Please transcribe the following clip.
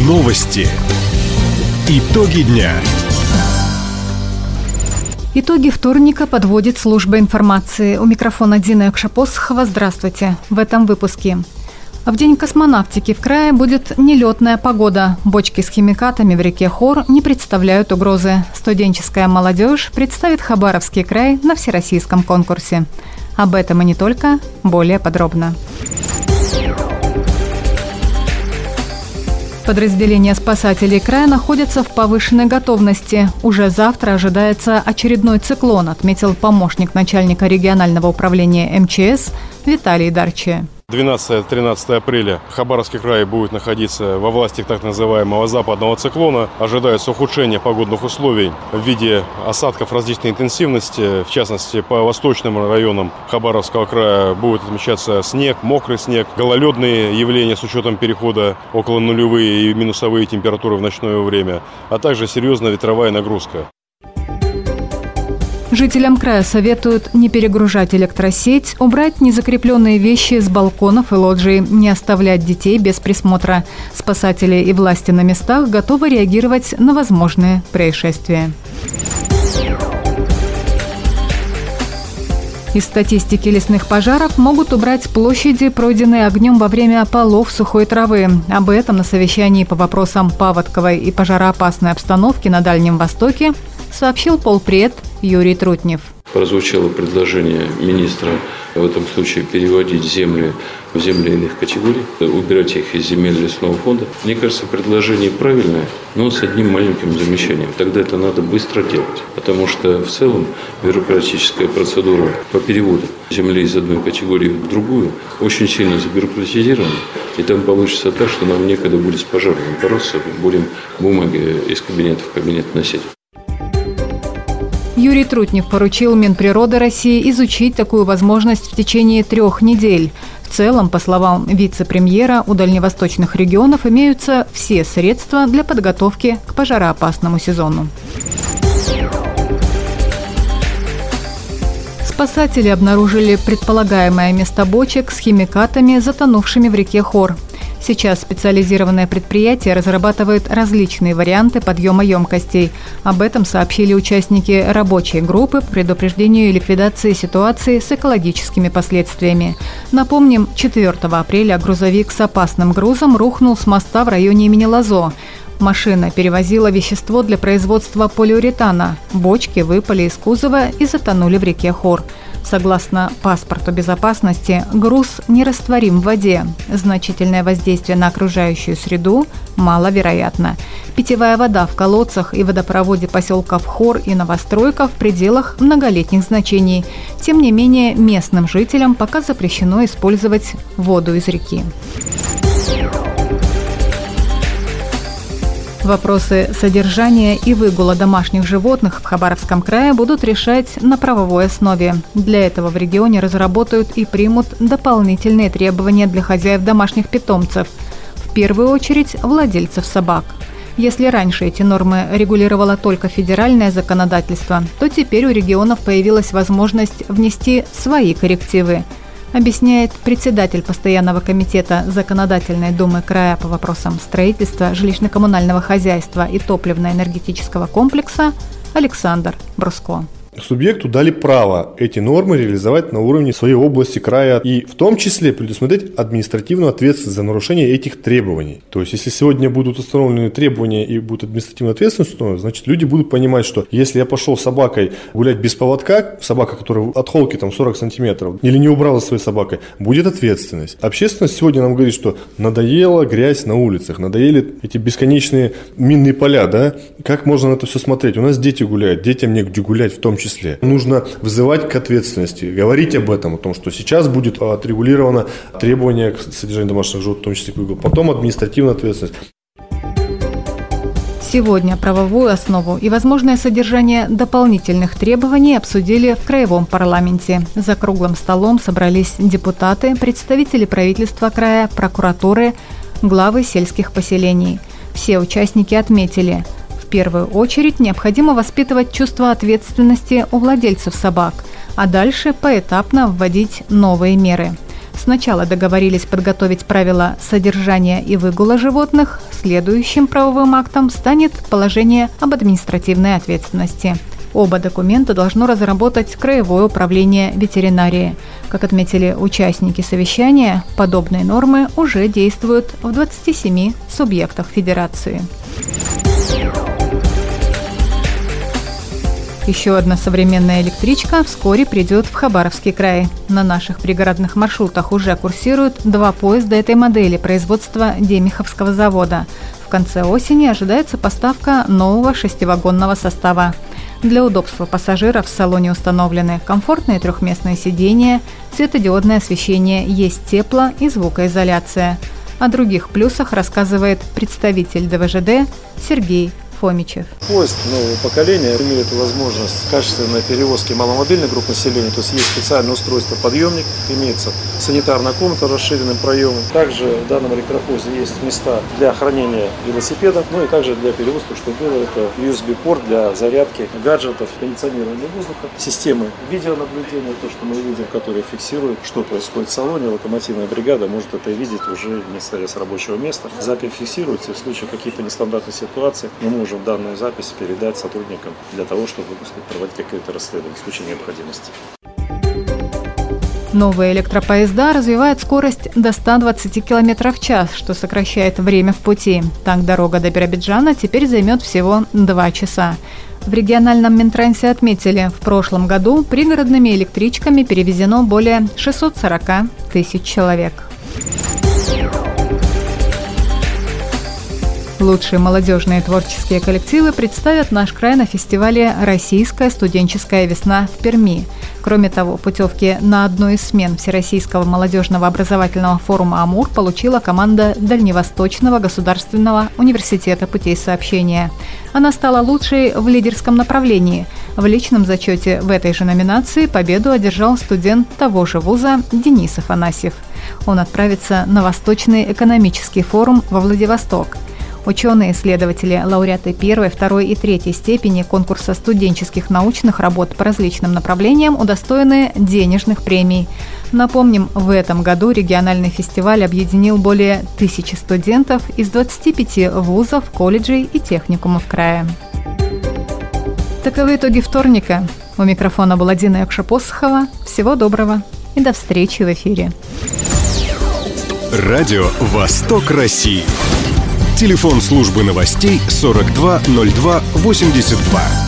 Новости. Итоги дня. Итоги вторника подводит служба информации. У микрофона Дина Экшапосхова. Здравствуйте. В этом выпуске. В день космонавтики в крае будет нелетная погода. Бочки с химикатами в реке Хор не представляют угрозы. Студенческая молодежь представит Хабаровский край на всероссийском конкурсе. Об этом и не только, более подробно. Подразделения спасателей края находятся в повышенной готовности. Уже завтра ожидается очередной циклон, отметил помощник начальника регионального управления МЧС Виталий Дарчи. 12-13 апреля Хабаровский край будет находиться во власти так называемого западного циклона. Ожидается ухудшение погодных условий в виде осадков различной интенсивности. В частности, по восточным районам Хабаровского края будет отмечаться снег, мокрый снег, гололедные явления с учетом перехода около нулевые и минусовые температуры в ночное время, а также серьезная ветровая нагрузка. Жителям края советуют не перегружать электросеть, убрать незакрепленные вещи с балконов и лоджий, не оставлять детей без присмотра. Спасатели и власти на местах готовы реагировать на возможные происшествия. Из статистики лесных пожаров могут убрать площади, пройденные огнем во время полов сухой травы. Об этом на совещании по вопросам паводковой и пожароопасной обстановки на Дальнем Востоке сообщил полпред Юрий Трутнев. Прозвучало предложение министра в этом случае переводить земли в земли иных категорий, убирать их из земель лесного фонда. Мне кажется, предложение правильное, но с одним маленьким замечанием. Тогда это надо быстро делать, потому что в целом бюрократическая процедура по переводу земли из одной категории в другую очень сильно забюрократизирована, и там получится так, что нам некогда будет с пожаром бороться, будем бумаги из кабинета в кабинет носить. Юрий Трутнев поручил Минприроды России изучить такую возможность в течение 3 недель. В целом, по словам вице-премьера, у дальневосточных регионов имеются все средства для подготовки к пожароопасному сезону. Спасатели обнаружили предполагаемое место бочек с химикатами, затонувшими в реке Хор. Сейчас специализированное предприятие разрабатывает различные варианты подъема емкостей. Об этом сообщили участники рабочей группы по предупреждению и ликвидации ситуации с экологическими последствиями. Напомним, 4 апреля грузовик с опасным грузом рухнул с моста в районе имени Лазо. Машина перевозила вещество для производства полиуретана. Бочки выпали из кузова и затонули в реке Хор. Согласно паспорту безопасности, груз нерастворим в воде. Значительное воздействие на окружающую среду маловероятно. Питьевая вода в колодцах и водопроводе поселков Хор и Новостройка в пределах многолетних значений. Тем не менее, местным жителям пока запрещено использовать воду из реки. Вопросы содержания и выгула домашних животных в Хабаровском крае будут решать на правовой основе. Для этого в регионе разработают и примут дополнительные требования для хозяев домашних питомцев, в первую очередь владельцев собак. Если раньше эти нормы регулировало только федеральное законодательство, то теперь у регионов появилась возможность внести свои коррективы, объясняет председатель постоянного комитета Законодательной думы края по вопросам строительства, жилищно-коммунального хозяйства и топливно-энергетического комплекса Александр Бруско. Субъекту дали право эти нормы реализовать на уровне своей области, края и в том числе предусмотреть административную ответственность за нарушение этих требований. То есть, если сегодня будут установлены требования и будет административная ответственность, значит, люди будут понимать, что если я пошел с собакой гулять без поводка, собака, которая от холки 40 сантиметров, или не убрала своей собакой, будет ответственность. Общественность сегодня нам говорит, что надоела грязь на улицах, надоели эти бесконечные минные поля, да? Как можно на это все смотреть? У нас дети гуляют, детям негде гулять в том числе. Нужно вызывать к ответственности, говорить об этом, о том, что сейчас будет отрегулировано требование к содержанию домашних животных, в том числе к выгулу, потом административная ответственность. Сегодня правовую основу и возможное содержание дополнительных требований обсудили в Краевом парламенте. За круглым столом собрались депутаты, представители правительства края, прокуратуры, главы сельских поселений. Все участники отметили – в первую очередь необходимо воспитывать чувство ответственности у владельцев собак, а дальше поэтапно вводить новые меры. С сначала договорились подготовить правила содержания и выгула животных, следующим правовым актом станет положение об административной ответственности. Оба документа должно разработать Краевое управление ветеринарии. Как отметили участники совещания, подобные нормы уже действуют в 27 субъектах Федерации. Еще одна современная электричка вскоре придет в Хабаровский край. На наших пригородных маршрутах уже курсируют 2 поезда этой модели производства Демиховского завода. В конце осени ожидается поставка нового 6-вагонного состава. Для удобства пассажиров в салоне установлены комфортные трехместные сиденья, светодиодное освещение, есть тепло- и звукоизоляция. О других плюсах рассказывает представитель ДВЖД Сергей Фомичев. Поезд нового поколения имеет возможность качественной перевозки маломобильных групп населения, то есть есть специальное устройство подъемник, имеется санитарная комната с расширенным проемом. Также в данном электропоезде есть места для хранения велосипедов, ну и также для перевозки, что было, это USB-порт для зарядки гаджетов, кондиционирования воздуха, системы видеонаблюдения, то, что мы видим, которые фиксируют, что происходит в салоне. Локомотивная бригада может это видеть уже не стоя с рабочего места. Запись фиксируется, в случае каких-то нестандартных ситуаций мы можем данную запись передать сотрудникам для того, чтобы проводить какое-то расследование в случае необходимости. Новые электропоезда развивают скорость до 120 км в час, что сокращает время в пути. Так, дорога до Биробиджана теперь займет всего 2 часа. В региональном Минтрансе отметили, в прошлом году пригородными электричками перевезено более 640 тысяч человек. Лучшие молодежные творческие коллективы представят наш край на фестивале «Российская студенческая весна» в Перми. Кроме того, путевки на одну из смен Всероссийского молодежного образовательного форума «Амур» получила команда Дальневосточного государственного университета путей сообщения. Она стала лучшей в лидерском направлении. В личном зачете в этой же номинации победу одержал студент того же вуза Денис Афанасьев. Он отправится на Восточный экономический форум во Владивосток. Ученые-исследователи, лауреаты 1, 2 и 3 степени конкурса студенческих научных работ по различным направлениям удостоены денежных премий. Напомним, в этом году региональный фестиваль объединил более 1000 студентов из 25 вузов, колледжей и техникумов края. Таковы итоги вторника. У микрофона была Дина Якша-Посохова. Всего доброго и до встречи в эфире. Радио «Восток России». Телефон службы новостей 42 02 82.